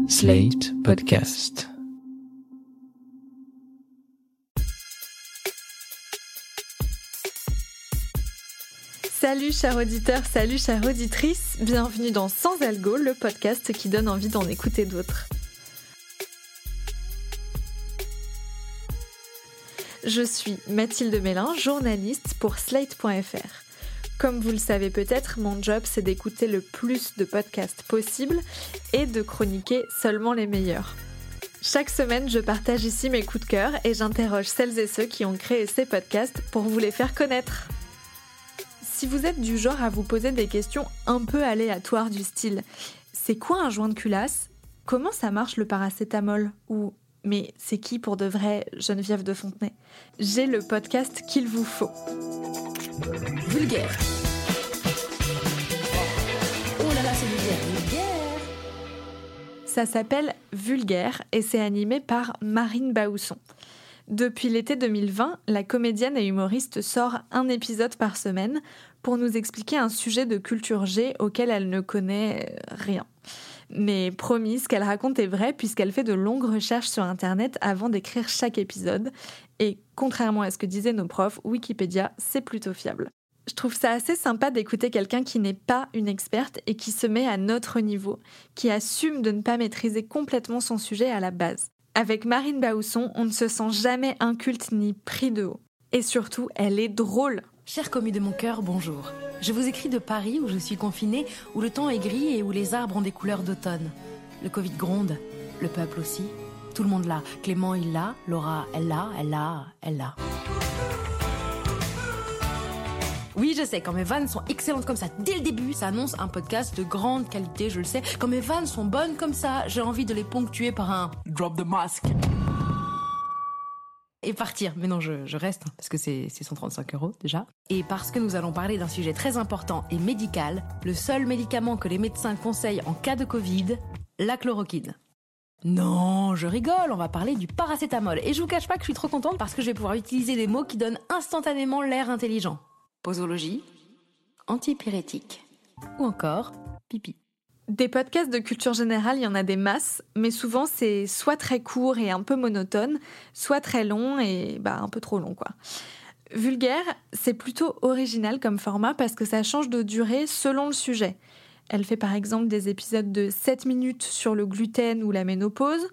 Slate Podcast. Salut chers auditeurs, salut chères auditrices, bienvenue dans Sans Algo, le podcast qui donne envie d'en écouter d'autres. Je suis Mathilde Mélin, journaliste pour Slate.fr. Comme vous le savez peut-être, mon job c'est d'écouter le plus de podcasts possible et de chroniquer seulement les meilleurs. Chaque semaine, je partage ici mes coups de cœur et j'interroge celles et ceux qui ont créé ces podcasts pour vous les faire connaître. Si vous êtes du genre à vous poser des questions un peu aléatoires du style « C'est quoi un joint de culasse ? Comment ça marche le paracétamol ?» ou « Mais c'est qui pour de vrai Geneviève de Fontenay ?» J'ai le podcast qu'il vous faut. Vulgaire. Oh là là, c'est vulgaire. Ça s'appelle Vulgaire et c'est animé par Marine Baousson. Depuis l'été 2020, la comédienne et humoriste sort un épisode par semaine pour nous expliquer un sujet de culture G auquel elle ne connaît rien. Mais promis, ce qu'elle raconte est vrai puisqu'elle fait de longues recherches sur Internet avant d'écrire chaque épisode. Et contrairement à ce que disaient nos profs, Wikipédia, c'est plutôt fiable. Je trouve ça assez sympa d'écouter quelqu'un qui n'est pas une experte et qui se met à notre niveau, qui assume de ne pas maîtriser complètement son sujet à la base. Avec Marine Baousson, on ne se sent jamais inculte ni pris de haut. Et surtout, elle est drôle. Chers commis de mon cœur, bonjour. Je vous écris de Paris où je suis confinée, où le temps est gris et où les arbres ont des couleurs d'automne. Le Covid gronde, le peuple aussi. Tout le monde l'a. Clément, il l'a. Laura, elle l'a. Oui, je sais, quand mes vannes sont excellentes comme ça, dès le début, ça annonce un podcast de grande qualité, je le sais. Quand mes vannes sont bonnes comme ça, j'ai envie de les ponctuer par un « drop the mask ». Et partir. Mais non, je reste, parce que c'est 135 € déjà. Et parce que nous allons parler d'un sujet très important et médical, le seul médicament que les médecins conseillent en cas de Covid, la chloroquine. Non, je rigole, on va parler du paracétamol. Et je vous cache pas que je suis trop contente parce que je vais pouvoir utiliser des mots qui donnent instantanément l'air intelligent. Posologie, antipyrétique, ou encore pipi. Des podcasts de culture générale, il y en a des masses, mais souvent c'est soit très court et un peu monotone, soit très long et un peu trop long, quoi. Vulgaire, c'est plutôt original comme format parce que ça change de durée selon le sujet. Elle fait par exemple des épisodes de 7 minutes sur le gluten ou la ménopause,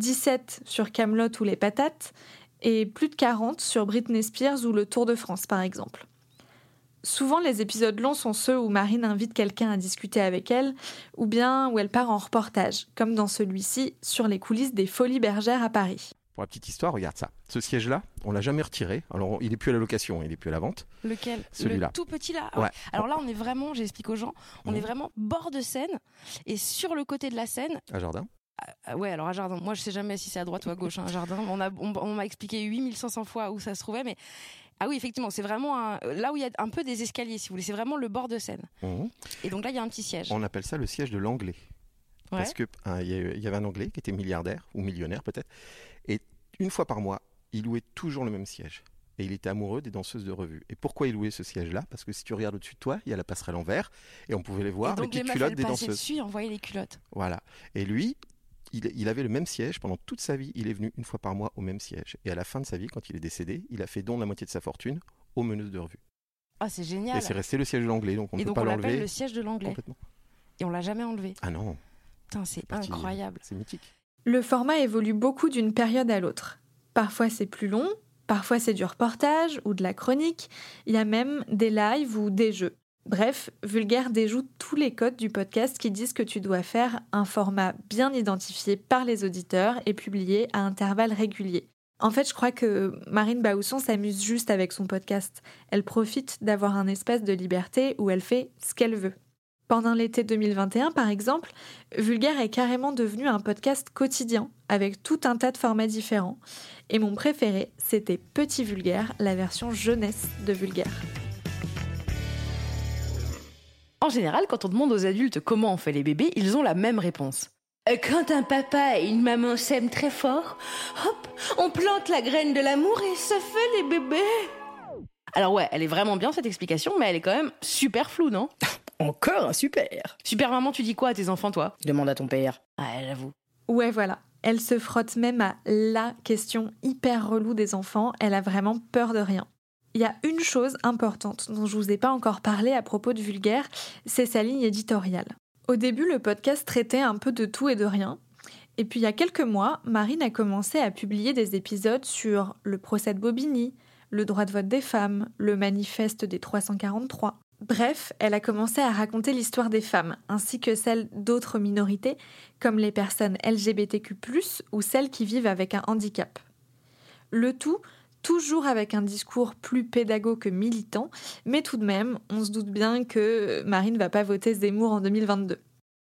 17 sur Kaamelott ou les patates, et plus de 40 sur Britney Spears ou le Tour de France par exemple. Souvent, les épisodes longs sont ceux où Marine invite quelqu'un à discuter avec elle, ou bien où elle part en reportage, comme dans celui-ci, sur les coulisses des Folies Bergères à Paris. Pour la petite histoire, regarde ça. Ce siège-là, on l'a jamais retiré. Alors, il est plus à la location, il est plus à la vente. Lequel ? Celui-là. Le tout petit là. Ouais. Alors là, on est vraiment, j'explique aux gens, on est vraiment bord de Seine, et sur le côté de la Seine. À Jardin. Ouais, alors à Jardin. Moi, je sais jamais si c'est à droite ou à gauche, à Jardin. On m'a expliqué 8500 fois où ça se trouvait, mais. Ah oui, effectivement, c'est vraiment là où il y a un peu des escaliers, si vous voulez. C'est vraiment le bord de Seine. Mmh. Et donc là, il y a un petit siège. On appelle ça le siège de l'Anglais. Ouais. Parce qu'il y avait un Anglais qui était milliardaire, ou millionnaire peut-être, et une fois par mois, il louait toujours le même siège. Et il était amoureux des danseuses de revue. Et pourquoi il louait ce siège-là ? Parce que si tu regardes au-dessus de toi, il y a la passerelle en verre, et on pouvait les voir, les petites culottes des danseuses. Dessus, on voyait les culottes. Voilà. Et lui... Il avait le même siège pendant toute sa vie. Il est venu une fois par mois au même siège. Et à la fin de sa vie, quand il est décédé, il a fait don de la moitié de sa fortune aux meneuses de revue. Ah, c'est génial. Et c'est resté le siège de l'Anglais, donc on ne peut pas l'enlever. Et donc on l'appelle le siège de l'Anglais. Complètement. Et on l'a jamais enlevé. Ah non. Putain, c'est incroyable. C'est mythique. Le format évolue beaucoup d'une période à l'autre. Parfois c'est plus long, parfois c'est du reportage ou de la chronique. Il y a même des lives ou des jeux. Bref, Vulgaire déjoue tous les codes du podcast qui disent que tu dois faire un format bien identifié par les auditeurs et publié à intervalles réguliers. En fait, je crois que Marine Baousson s'amuse juste avec son podcast. Elle profite d'avoir un espace de liberté où elle fait ce qu'elle veut. Pendant l'été 2021, par exemple, Vulgaire est carrément devenu un podcast quotidien avec tout un tas de formats différents. Et mon préféré, c'était Petit Vulgaire, la version jeunesse de Vulgaire. En général, quand on demande aux adultes comment on fait les bébés, ils ont la même réponse. Quand un papa et une maman s'aiment très fort, hop, on plante la graine de l'amour et ça fait les bébés. Alors ouais, elle est vraiment bien cette explication, mais elle est quand même super floue, non ? Encore un super. Super maman, tu dis quoi à tes enfants, toi ? Demande à ton père. Ah, j'avoue. Ouais, voilà. Elle se frotte même à la question hyper relou des enfants. Elle a vraiment peur de rien. Il y a une chose importante dont je vous ai pas encore parlé à propos de Vulgaire, c'est sa ligne éditoriale. Au début, le podcast traitait un peu de tout et de rien. Et puis il y a quelques mois, Marine a commencé à publier des épisodes sur le procès de Bobigny, le droit de vote des femmes, le manifeste des 343. Bref, elle a commencé à raconter l'histoire des femmes, ainsi que celle d'autres minorités, comme les personnes LGBTQ+, ou celles qui vivent avec un handicap. Le tout, toujours avec un discours plus pédago que militant, mais tout de même, on se doute bien que Marine ne va pas voter Zemmour en 2022.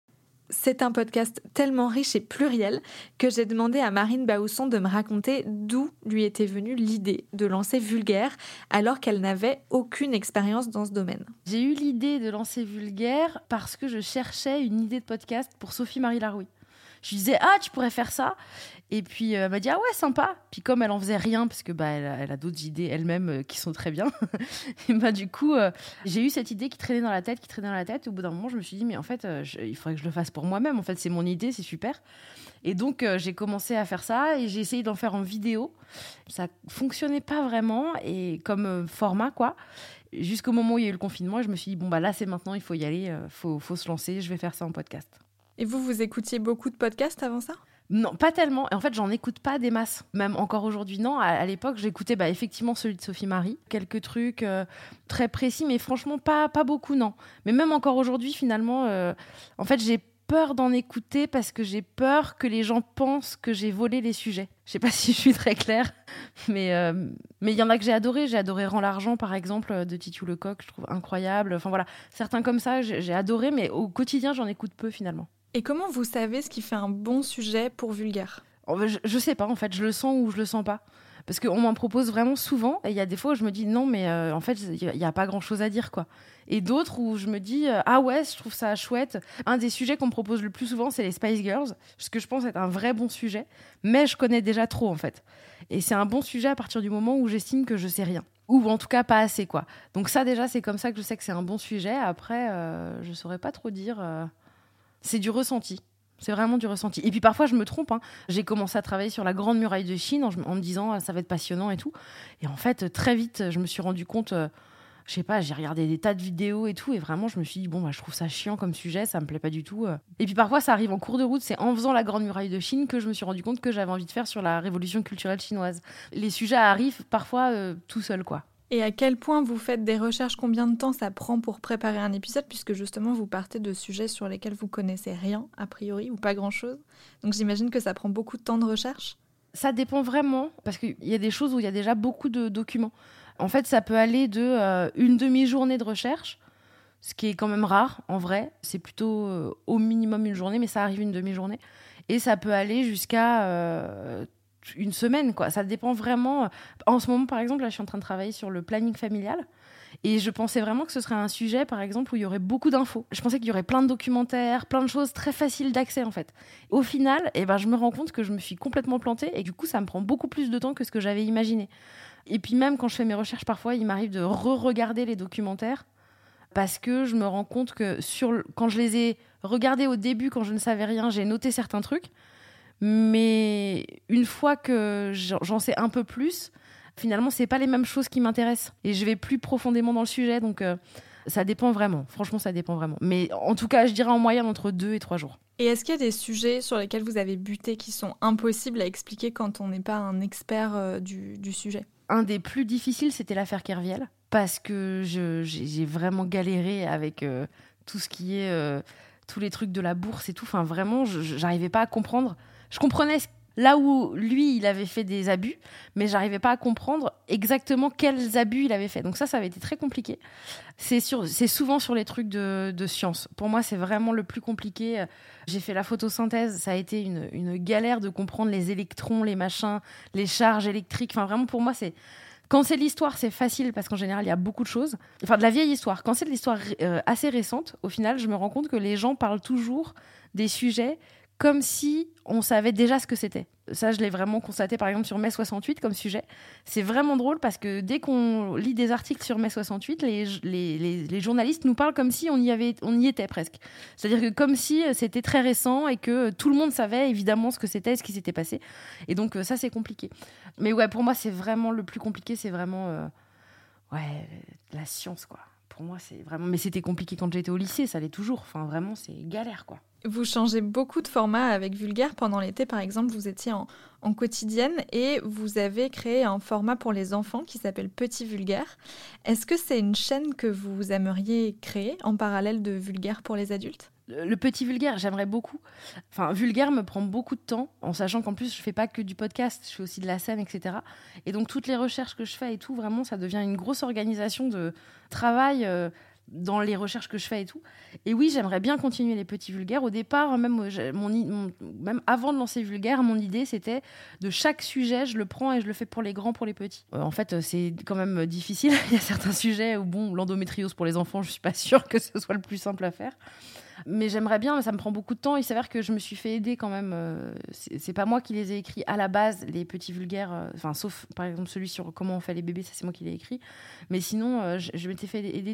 C'est un podcast tellement riche et pluriel que j'ai demandé à Marine Baousson de me raconter d'où lui était venue l'idée de lancer Vulgaire alors qu'elle n'avait aucune expérience dans ce domaine. J'ai eu l'idée de lancer Vulgaire parce que je cherchais une idée de podcast pour Sophie-Marie Larouille. Je lui disais « Ah, tu pourrais faire ça ?» Et puis elle m'a dit « Ah ouais, sympa !» Puis comme elle en faisait rien, parce que elle a d'autres idées elle-même qui sont très bien, et du coup, j'ai eu cette idée qui traînait dans la tête. Et au bout d'un moment, je me suis dit « Mais en fait, il faudrait que je le fasse pour moi-même. En fait, c'est mon idée, c'est super. » Et donc, j'ai commencé à faire ça et j'ai essayé d'en faire en vidéo. Ça fonctionnait pas vraiment et comme format, quoi. Jusqu'au moment où il y a eu le confinement, je me suis dit « Bon, là, c'est maintenant, il faut y aller, faut se lancer, je vais faire ça en podcast. » Et vous écoutiez beaucoup de podcasts avant ça ? Non, pas tellement. Et en fait, j'en écoute pas des masses. Même encore aujourd'hui, non. À l'époque, j'écoutais effectivement celui de Sophie-Marie. Quelques trucs très précis, mais franchement, pas beaucoup, non. Mais même encore aujourd'hui, finalement, en fait, j'ai peur d'en écouter parce que j'ai peur que les gens pensent que j'ai volé les sujets. Je sais pas si je suis très claire, mais il y en a que j'ai adoré. J'ai adoré Rends l'argent, par exemple, de Titu Lecoq, je trouve incroyable. Enfin voilà, certains comme ça, j'ai adoré, mais au quotidien, j'en écoute peu, finalement. Et comment vous savez ce qui fait un bon sujet pour Vulgaire ? Je sais pas, en fait, je le sens ou je le sens pas. Parce qu'on m'en propose vraiment souvent, et il y a des fois où je me dis non, mais en fait, il n'y a pas grand-chose à dire, quoi. Et d'autres où je me dis ah ouais, je trouve ça chouette. Un des sujets qu'on me propose le plus souvent, c'est les Spice Girls, ce que je pense être un vrai bon sujet, mais je connais déjà trop, en fait. Et c'est un bon sujet à partir du moment où j'estime que je sais rien. Ou en tout cas pas assez, quoi. Donc ça, déjà, c'est comme ça que je sais que c'est un bon sujet. Après, je saurais pas trop dire... C'est du ressenti. C'est vraiment du ressenti. Et puis parfois, je me trompe. J'ai commencé à travailler sur la Grande Muraille de Chine en me disant ça va être passionnant et tout. Et en fait, très vite, je me suis rendu compte, je sais pas, j'ai regardé des tas de vidéos et tout. Et vraiment, je me suis dit, je trouve ça chiant comme sujet, ça me plaît pas du tout. Et puis parfois, ça arrive en cours de route. C'est en faisant la Grande Muraille de Chine que je me suis rendu compte que j'avais envie de faire sur la révolution culturelle chinoise. Les sujets arrivent parfois tout seuls, quoi. Et à quel point vous faites des recherches ? Combien de temps ça prend pour préparer un épisode ? Puisque justement, vous partez de sujets sur lesquels vous connaissez rien, a priori, ou pas grand-chose. Donc j'imagine que ça prend beaucoup de temps de recherche. Ça dépend vraiment, parce qu'il y a des choses où il y a déjà beaucoup de documents. En fait, ça peut aller de une demi-journée de recherche, ce qui est quand même rare, en vrai. C'est plutôt au minimum une journée, mais ça arrive une demi-journée. Et ça peut aller jusqu'à... une semaine, quoi. Ça dépend vraiment. En ce moment, par exemple, là, je suis en train de travailler sur le planning familial et je pensais vraiment que ce serait un sujet, par exemple, où il y aurait beaucoup d'infos. Je pensais qu'il y aurait plein de documentaires, plein de choses très faciles d'accès, en fait. Au final, je me rends compte que je me suis complètement plantée et du coup, ça me prend beaucoup plus de temps que ce que j'avais imaginé. Et puis même quand je fais mes recherches, parfois, il m'arrive de re-regarder les documentaires parce que je me rends compte que quand je les ai regardés au début, quand je ne savais rien, j'ai noté certains trucs. Mais une fois que j'en sais un peu plus, finalement, c'est pas les mêmes choses qui m'intéressent. Et je vais plus profondément dans le sujet, donc ça dépend vraiment. Franchement, ça dépend vraiment. Mais en tout cas, je dirais en moyenne entre 2 et 3 jours. Et est-ce qu'il y a des sujets sur lesquels vous avez buté qui sont impossibles à expliquer quand on n'est pas un expert du sujet ? Un des plus difficiles, c'était l'affaire Kerviel, parce que j'ai vraiment galéré avec tout ce qui est... tous les trucs de la bourse et tout. Enfin, vraiment, j'arrivais pas à comprendre. Je comprenais là où lui, il avait fait des abus, mais j'arrivais pas à comprendre exactement quels abus il avait fait. Donc ça avait été très compliqué. C'est souvent sur les trucs de science. Pour moi, c'est vraiment le plus compliqué. J'ai fait la photosynthèse. Ça a été une galère de comprendre les électrons, les machins, les charges électriques. Enfin, vraiment, pour moi, c'est... Quand c'est l'histoire, c'est facile parce qu'en général, il y a beaucoup de choses. Enfin, de la vieille histoire. Quand c'est de l'histoire assez récente, au final, je me rends compte que les gens parlent toujours des sujets comme si on savait déjà ce que c'était. Ça, je l'ai vraiment constaté, par exemple, sur mai 68 comme sujet. C'est vraiment drôle parce que dès qu'on lit des articles sur mai 68, les journalistes nous parlent comme si on y était presque. C'est-à-dire que comme si c'était très récent et que tout le monde savait évidemment ce que c'était, ce qui s'était passé. Et donc, ça, c'est compliqué. Mais ouais, pour moi, c'est vraiment le plus compliqué, c'est vraiment la science, quoi. Pour moi, c'est vraiment... Mais c'était compliqué quand j'étais au lycée, ça l'est toujours. Enfin, vraiment, c'est galère, quoi. Vous changez beaucoup de formats avec Vulgaire. Pendant l'été, par exemple, vous étiez en quotidienne et vous avez créé un format pour les enfants qui s'appelle Petit Vulgaire. Est-ce que c'est une chaîne que vous aimeriez créer en parallèle de Vulgaire pour les adultes ? Le Petit Vulgaire, j'aimerais beaucoup. Enfin, Vulgaire me prend beaucoup de temps, en sachant qu'en plus, je fais pas que du podcast, je fais aussi de la scène, etc. Et donc, toutes les recherches que je fais et tout, vraiment, ça devient une grosse organisation de travail dans les recherches que je fais et tout. Et oui, j'aimerais bien continuer les Petits Vulgaires. Au départ, même avant de lancer Vulgaire, mon idée, c'était de chaque sujet, je le prends et je le fais pour les grands, pour les petits. En fait, c'est quand même difficile. Il y a certains sujets où, l'endométriose pour les enfants, je suis pas sûre que ce soit le plus simple à faire. Mais j'aimerais bien, mais ça me prend beaucoup de temps. Il s'avère que je me suis fait aider quand même. C'est pas moi qui les ai écrits à la base, les Petits Vulgaires. Sauf par exemple celui sur comment on fait les bébés, ça c'est moi qui l'ai écrit. Mais sinon, je m'étais fait aider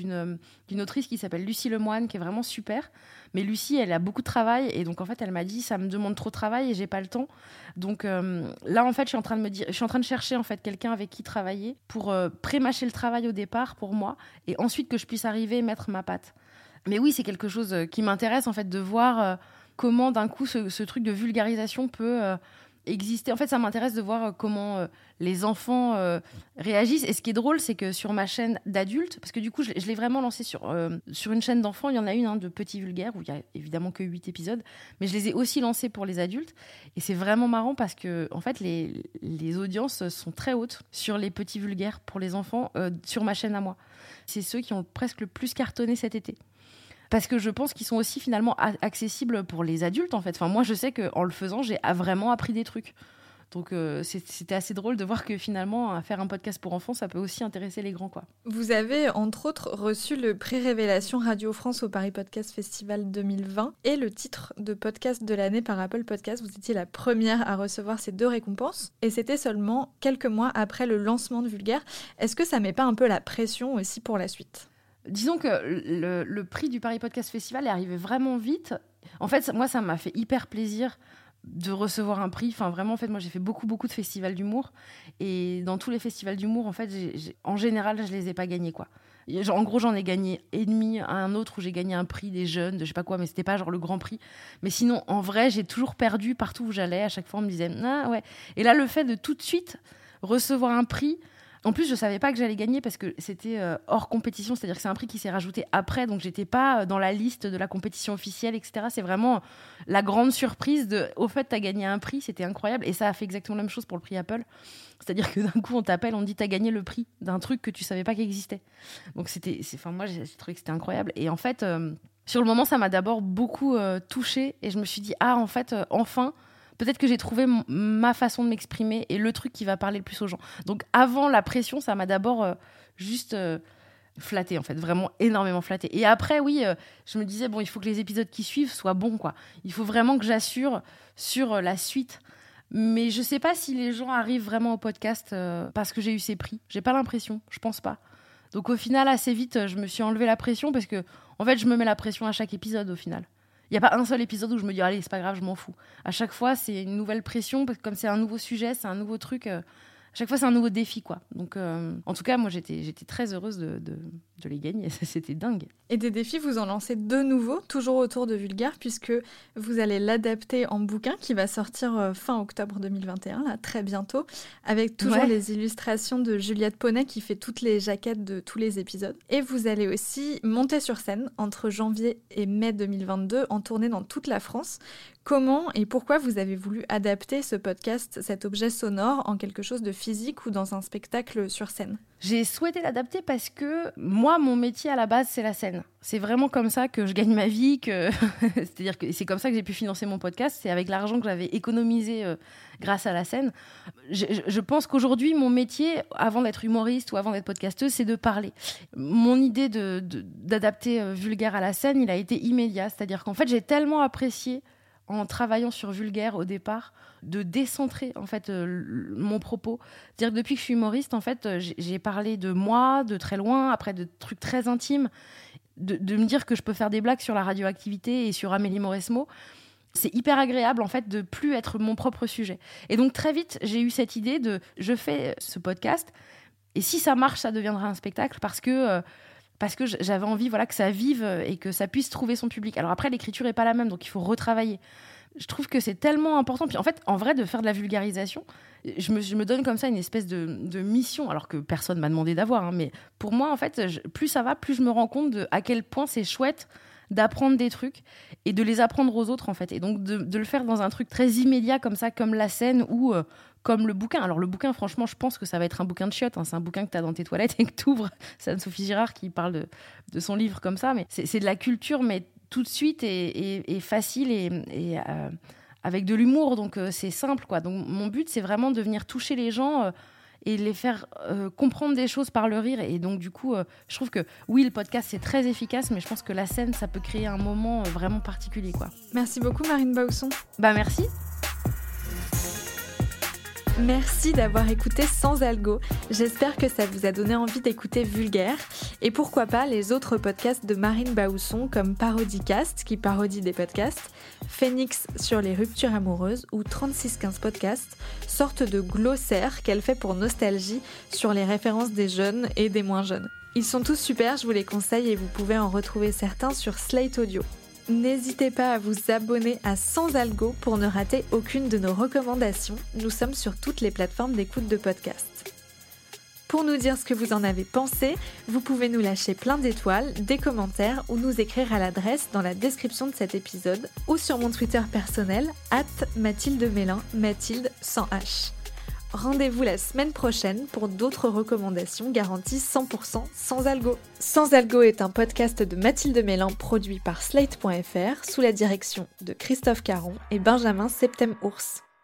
d'une autrice qui s'appelle Lucie Lemoine, qui est vraiment super. Mais Lucie, elle a beaucoup de travail et donc en fait, elle m'a dit ça me demande trop de travail et j'ai pas le temps. Donc là, en fait, je suis en train de chercher en fait quelqu'un avec qui travailler pour pré-mâcher le travail au départ pour moi et ensuite que je puisse arriver et mettre ma patte. Mais oui, c'est quelque chose qui m'intéresse en fait de voir comment d'un coup ce truc de vulgarisation peut exister. En fait, ça m'intéresse de voir comment les enfants réagissent. Et ce qui est drôle, c'est que sur ma chaîne d'adultes, parce que du coup, je l'ai vraiment lancé sur une chaîne d'enfants, il y en a une de Petit Vulgaire, où il y a évidemment que 8 épisodes, mais je les ai aussi lancés pour les adultes. Et c'est vraiment marrant parce que en fait, les audiences sont très hautes sur les Petits Vulgaires pour les enfants sur ma chaîne à moi. C'est ceux qui ont presque le plus cartonné cet été. Parce que je pense qu'ils sont aussi finalement accessibles pour les adultes en fait. Enfin, moi je sais qu'en le faisant j'ai vraiment appris des trucs. Donc c'était assez drôle de voir que finalement faire un podcast pour enfants ça peut aussi intéresser les grands, quoi. Vous avez entre autres reçu le prix Révélation Radio France au Paris Podcast Festival 2020 et le titre de podcast de l'année par Apple Podcast. Vous étiez la première à recevoir ces 2 récompenses et c'était seulement quelques mois après le lancement de Vulgaire. Est-ce que ça met pas un peu la pression aussi pour la suite ? Disons que le prix du Paris Podcast Festival est arrivé vraiment vite. En fait, moi, ça m'a fait hyper plaisir de recevoir un prix. Enfin, vraiment, en fait, moi, j'ai fait beaucoup de festivals d'humour. Et dans tous les festivals d'humour, en fait, en général, je les ai pas gagnés, quoi. En gros, j'en ai gagné et demi à un autre où j'ai gagné un prix des jeunes, de je sais pas quoi, mais c'était pas genre le grand prix. Mais sinon, en vrai, j'ai toujours perdu partout où j'allais. À chaque fois, on me disait, ah ouais. Et là, le fait de tout de suite recevoir un prix... En plus, je savais pas que j'allais gagner parce que c'était hors compétition, c'est-à-dire que c'est un prix qui s'est rajouté après, donc j'étais pas dans la liste de la compétition officielle, etc. C'est vraiment la grande surprise de, au fait, t'as gagné un prix, c'était incroyable, et ça a fait exactement la même chose pour le prix Apple. C'est-à-dire que d'un coup, on t'appelle, on te dit t'as gagné le prix d'un truc que tu savais pas qu'il existait. Donc moi, j'ai trouvé que c'était incroyable. Et en fait, sur le moment, ça m'a d'abord beaucoup touchée, et je me suis dit en fait, enfin. Peut-être que j'ai trouvé ma façon de m'exprimer et le truc qui va parler le plus aux gens. Donc avant la pression, ça m'a d'abord juste flatté, en fait, vraiment énormément flatté. Et après, oui, je me disais, bon, il faut que les épisodes qui suivent soient bons, quoi. Il faut vraiment que j'assure sur la suite. Mais je sais pas si les gens arrivent vraiment au podcast parce que j'ai eu ces prix. J'ai pas l'impression, je pense pas. Donc au final, assez vite, je me suis enlevé la pression parce que, en fait, je me mets la pression à chaque épisode au final. Il n'y a pas un seul épisode où je me dis allez, c'est pas grave, je m'en fous. À chaque fois, c'est une nouvelle pression, parce que comme c'est un nouveau sujet, c'est un nouveau truc. À chaque fois, c'est un nouveau défi, quoi. Donc, en tout cas, moi, j'étais très heureuse de les gagner. C'était dingue. Et des défis, vous en lancez 2 nouveaux, toujours autour de Vulgaire, puisque vous allez l'adapter en bouquin qui va sortir fin octobre 2021, là, très bientôt, avec toujours les illustrations de Juliette Poney qui fait toutes les jaquettes de tous les épisodes. Et vous allez aussi monter sur scène entre janvier et mai 2022 en tournée dans toute la France. Comment et pourquoi vous avez voulu adapter ce podcast, cet objet sonore, en quelque chose de physique ou dans un spectacle sur scène ? J'ai souhaité l'adapter parce que moi, mon métier à la base, c'est la scène. C'est vraiment comme ça que je gagne ma vie, c'est-à-dire que c'est comme ça que j'ai pu financer mon podcast. C'est avec l'argent que j'avais économisé grâce à la scène. Je pense qu'aujourd'hui, mon métier, avant d'être humoriste ou avant d'être podcasteuse, c'est de parler. Mon idée d'adapter Vulgaire à la scène, il a été immédiat. C'est-à-dire qu'en fait, j'ai tellement apprécié en travaillant sur Vulgaire au départ, de décentrer en fait mon propos. C'est-à-dire que depuis que je suis humoriste, en fait, j'ai parlé de moi, de très loin, après de trucs très intimes, de me dire que je peux faire des blagues sur la radioactivité et sur Amélie Mauresmo. C'est hyper agréable en fait de plus être mon propre sujet. Et donc très vite, j'ai eu cette idée de je fais ce podcast et si ça marche, ça deviendra un spectacle parce que j'avais envie que ça vive et que ça puisse trouver son public. Alors après, l'écriture n'est pas la même, donc il faut retravailler. Je trouve que c'est tellement important. Puis en fait, en vrai, de faire de la vulgarisation, je me donne comme ça une espèce de mission, alors que personne m'a demandé d'avoir. Mais pour moi, en fait, plus ça va, plus je me rends compte à quel point c'est chouette d'apprendre des trucs et de les apprendre aux autres, en fait. Et donc de le faire dans un truc très immédiat comme ça, comme la scène ou... comme le bouquin. Alors le bouquin, franchement, je pense que ça va être un bouquin de chiottes. C'est un bouquin que tu as dans tes toilettes et que tu ouvres. C'est Anne-Sophie Girard qui parle de son livre comme ça. Mais c'est de la culture, mais tout de suite et facile et avec de l'humour. Donc c'est simple, quoi. Donc mon but, c'est vraiment de venir toucher les gens et les faire comprendre des choses par le rire. Et donc du coup, je trouve que oui, le podcast, c'est très efficace, mais je pense que la scène, ça peut créer un moment vraiment particulier, quoi. Merci beaucoup, Marine Bausson. Merci. Merci d'avoir écouté Sans Algo. J'espère que ça vous a donné envie d'écouter Vulgaire et pourquoi pas les autres podcasts de Marine Bausson comme Parodicast qui parodie des podcasts, Phoenix sur les ruptures amoureuses ou 3615 Podcast, sorte de glossaire qu'elle fait pour Nostalgie sur les références des jeunes et des moins jeunes. Ils sont tous super, je vous les conseille et vous pouvez en retrouver certains sur Slate Audio. N'hésitez pas à vous abonner à Sans Algo pour ne rater aucune de nos recommandations. Nous sommes sur toutes les plateformes d'écoute de podcasts. Pour nous dire ce que vous en avez pensé, vous pouvez nous lâcher plein d'étoiles, des commentaires ou nous écrire à l'adresse dans la description de cet épisode ou sur mon Twitter personnel @MathildeMélin, Mathilde sans H. Rendez-vous la semaine prochaine pour d'autres recommandations garanties 100% sans algo. Sans algo est un podcast de Mathilde Mélin produit par Slate.fr sous la direction de Christophe Caron et Benjamin Septem-Ours.